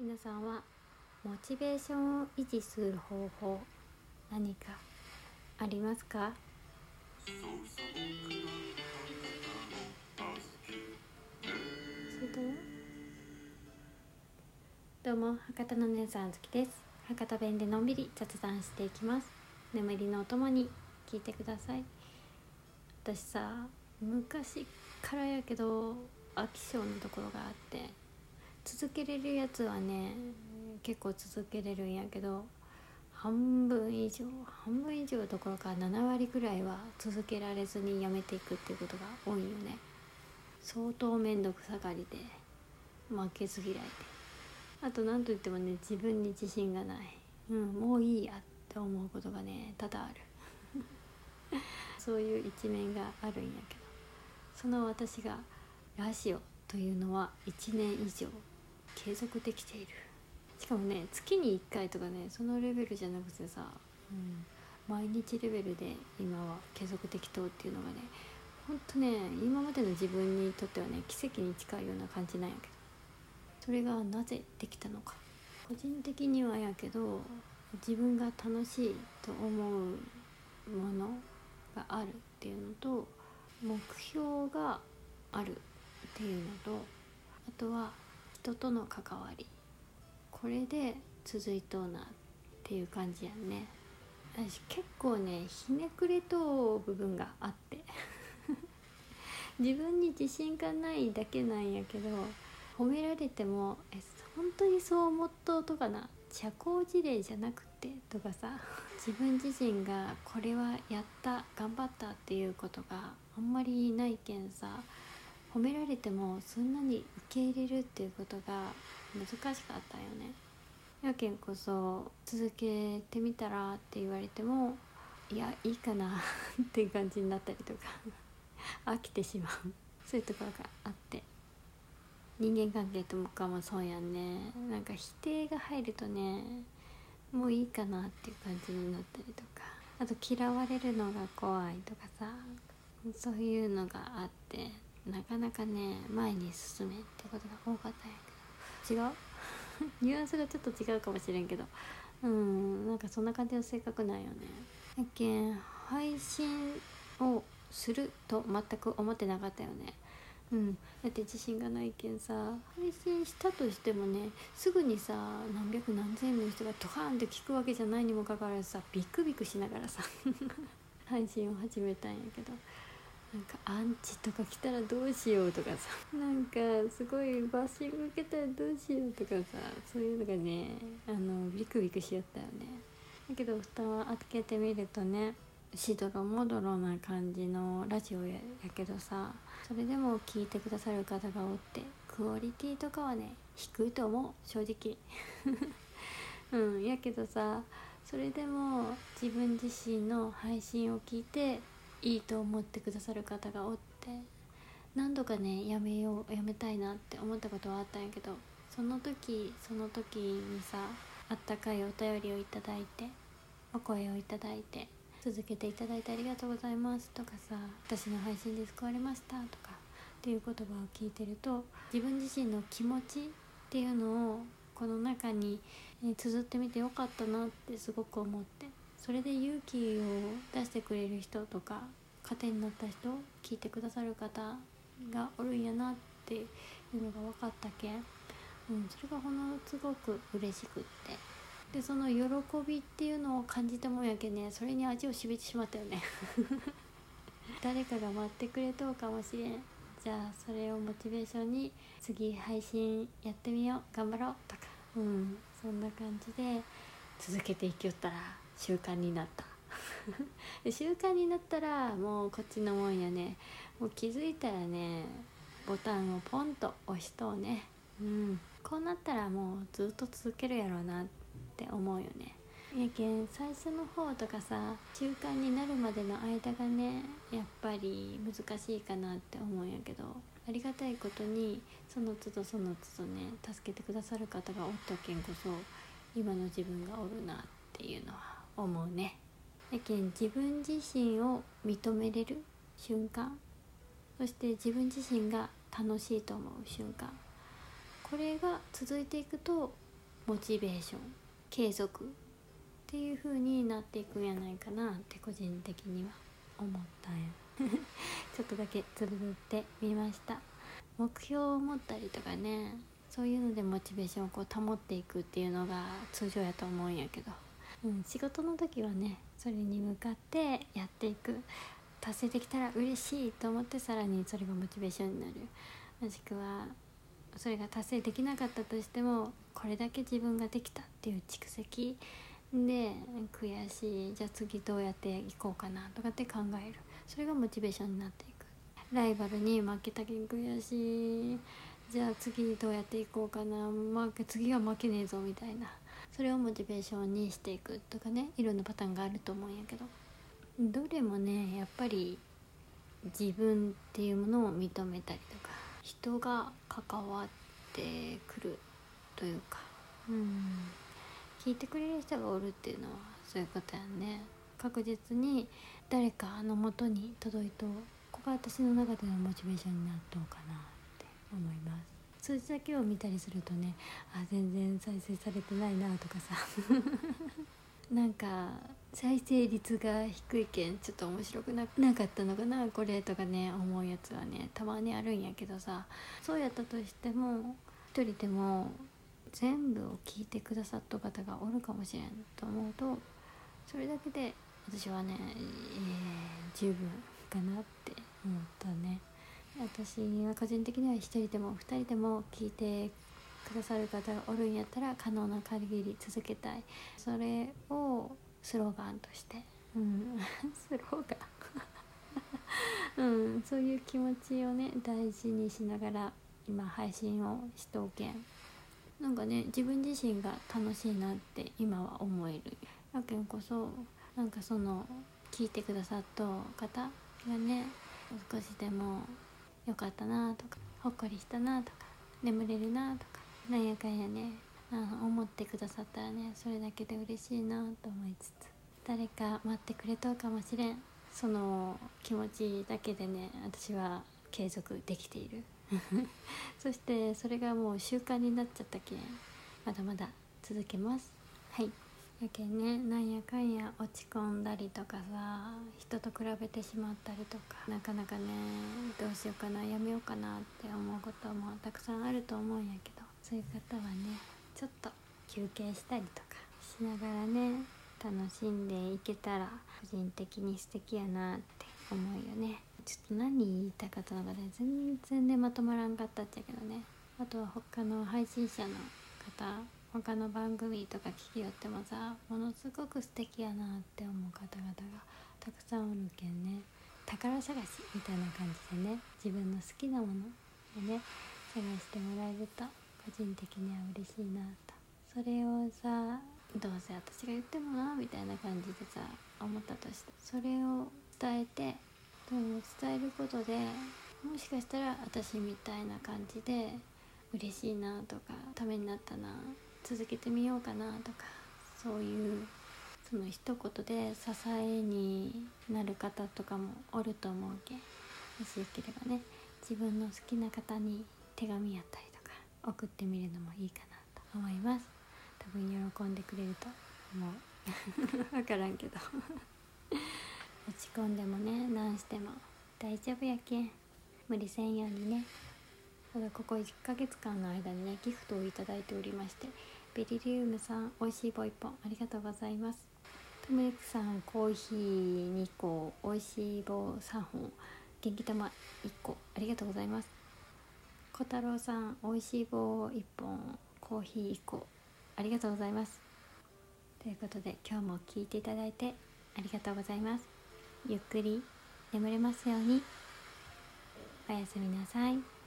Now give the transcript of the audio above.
皆さんはモチベーションを維持する方法、何かありますか？それともどうも、博多の姉さんあずきです。博多弁でのんびり雑談していきます。眠りのお供に聞いてください。私さ、昔からやけど飽き性のところがあって、続けれるやつはね結構続けれるんやけど、半分以上どころか7割ぐらいは続けられずにやめていくっていうことが多いよね。相当めんどくさがりで、負けず嫌いで、あと何と言ってもね、自分に自信がない、もういいやって思うことがね多々あるそういう一面があるんやけど、その私がラジオというのは1年以上継続できている。しかもね、月に1回とかね、そのレベルじゃなくてさ、毎日レベルで今は継続できとうっていうのがね、ほんとね、今までの自分にとってはね奇跡に近いような感じなんやけど、それがなぜできたのか、個人的にはやけど、自分が楽しいと思うものがあるっていうのと、目標があるっていうのと、あとは人との関わり、これで続いとうなっていう感じやんね。私結構ねひねくれとう部分があって自分に自信がないだけなんやけど、褒められても本当にそう思っとうとかな、社交辞令じゃなくてとかさ、自分自身がこれはやった頑張ったっていうことがあんまりないけんさ、褒められてもそんなに受け入れるっていうことが難しかったんよね。やけんこそ続けてみたらって言われても、いやいいかなっていう感じになったりとか飽きてしまうそういうところがあって、人間関係とかもそうやんね。なんか否定が入るとね、もういいかなっていう感じになったりとか、あと嫌われるのが怖いとかさ、そういうのがあって、なかなかね前に進めってことが多かったんやけど、違うニュアンスがちょっと違うかもしれんけど、なんかそんな感じの性格なんよね。だけん配信をすると全く思ってなかったよね。だって自信がないけんさ、配信したとしてもね、すぐにさ何百何千の人がドカーンって聞くわけじゃないにもかかわらずさ、ビクビクしながらさ配信を始めたんやけど、なんかアンチとか来たらどうしようとかさ、なんかすごいバッシング受けたらどうしようとかさ、そういうのがねビクビクしよったよね。だけど蓋を開けてみるとね、しどろもどろな感じのラジオやけどさ、それでも聞いてくださる方がおって、クオリティとかはね低いと思う、正直やけどさ、それでも自分自身の配信を聞いていいと思ってくださる方がおって、何度かねやめたいなって思ったことはあったんやけど、その時にさ、あったかいお便りをいただいて、お声をいただいて、続けていただいてありがとうございますとかさ、私の配信で救われましたとかっていう言葉を聞いてると、自分自身の気持ちっていうのをこの中に綴ってみてよかったなってすごく思って、それで勇気を出してくれる人とか、糧になった人、聞いてくださる方がおるんやなっていうのが分かったけん、それがほんのすごく嬉しくって、でその喜びっていうのを感じたもんやけね、それに味をしめてしまったよね誰かが待ってくれとうかもしれん。じゃあそれをモチベーションに次配信やってみよう、頑張ろうとか、そんな感じで続けていきよったら習慣になった習慣になったらもうこっちのもんやね。もう気づいたらね、ボタンをポンと押しとうね。こうなったらもうずっと続けるやろうなって思うよね。やけん最初の方とかさ、習慣になるまでの間がねやっぱり難しいかなって思うんやけど、ありがたいことにその都度ね助けてくださる方がおったけんこそ今の自分がおるなっていうのは思うね。やけん自分自身を認めれる瞬間、そして自分自身が楽しいと思う瞬間、これが続いていくとモチベーション、継続っていう風になっていくんやないかなって個人的には思ったんやちょっとだけつぶってみました。目標を持ったりとかね、そういうのでモチベーションをこう保っていくっていうのが通常やと思うんやけど、仕事の時はねそれに向かってやっていく、達成できたら嬉しいと思ってさらにそれがモチベーションになる。もしくはそれが達成できなかったとしてもこれだけ自分ができたっていう蓄積で悔しい、じゃあ次どうやっていこうかなとかって考える、それがモチベーションになっていく。ライバルに負けたけん悔しい、じゃあ次どうやっていこうかな、次は負けねえぞみたいな、それをモチベーションにしていくとかね、いろんなパターンがあると思うんやけど、どれもねやっぱり自分っていうものを認めたりとか人が関わってくるというか、聞いてくれる人がおるっていうのはそういうことやんね。確実に誰かの元に届いと、ここが私の中でのモチベーションになっとうかなって思います。数字だけを見たりするとね、全然再生されてないなとかさなんか再生率が低いけんちょっと面白くなかったのかなこれとかね思うやつはねたまにあるんやけどさ、そうやったとしても一人でも全部を聞いてくださった方がおるかもしれんと思うと、それだけで私はね、十分かなって思ったね。私は個人的には一人でも二人でも聞いてくださる方がおるんやったら可能な限り続けたい、それをスローガンとして、スローガンそういう気持ちをね大事にしながら今配信をしとうけん、なんかね自分自身が楽しいなって今は思える。やけんこそなんかその聞いてくださった方がね少しでも良かったなとかほっこりしたなとか眠れるなとかなんやかんやね思ってくださったらねそれだけで嬉しいなと思いつつ、誰か待ってくれとうかもしれん、その気持ちだけでね私は継続できているそしてそれがもう習慣になっちゃったけんまだまだ続けます。はい、やけんね、なんやかんや落ち込んだりとかさ、人と比べてしまったりとか、なかなかねどうしようかなやめようかなって思うこともたくさんあると思うんやけど、そういう方はねちょっと休憩したりとかしながらね楽しんでいけたら個人的に素敵やなって思うよね。ちょっと何言いたかったのかね全然ねまとまらんかったっちゃけどね。あとは他の配信者の方、他の番組とか聞きよってもさ、ものすごく素敵やなって思う方々がたくさんおるけんね、宝探しみたいな感じでね自分の好きなものをね探してもらえると個人的には嬉しいなと。それをさどうせ私が言ってもなみたいな感じでさ思ったとして、それを伝えて、でも伝えることでもしかしたら私みたいな感じで嬉しいなとかためになったな続けてみようかなとか、そういうその一言で支えになる方とかもおると思うけん、もしよければね自分の好きな方に手紙やったりとか送ってみるのもいいかなと思います。多分喜んでくれると思う分からんけど落ち込んでもね何しても大丈夫やけん無理せんようにね。ただここ1ヶ月間の間にねギフトをいただいておりまして、ベリリウムさんおいしい棒1本ありがとうございます。トムエクさんコーヒー2個おいしい棒3本元気玉1個ありがとうございます。小太郎さんおいしい棒1本コーヒー1個ありがとうございます。ということで今日も聞いていただいてありがとうございます。ゆっくり眠れますように。おやすみなさい。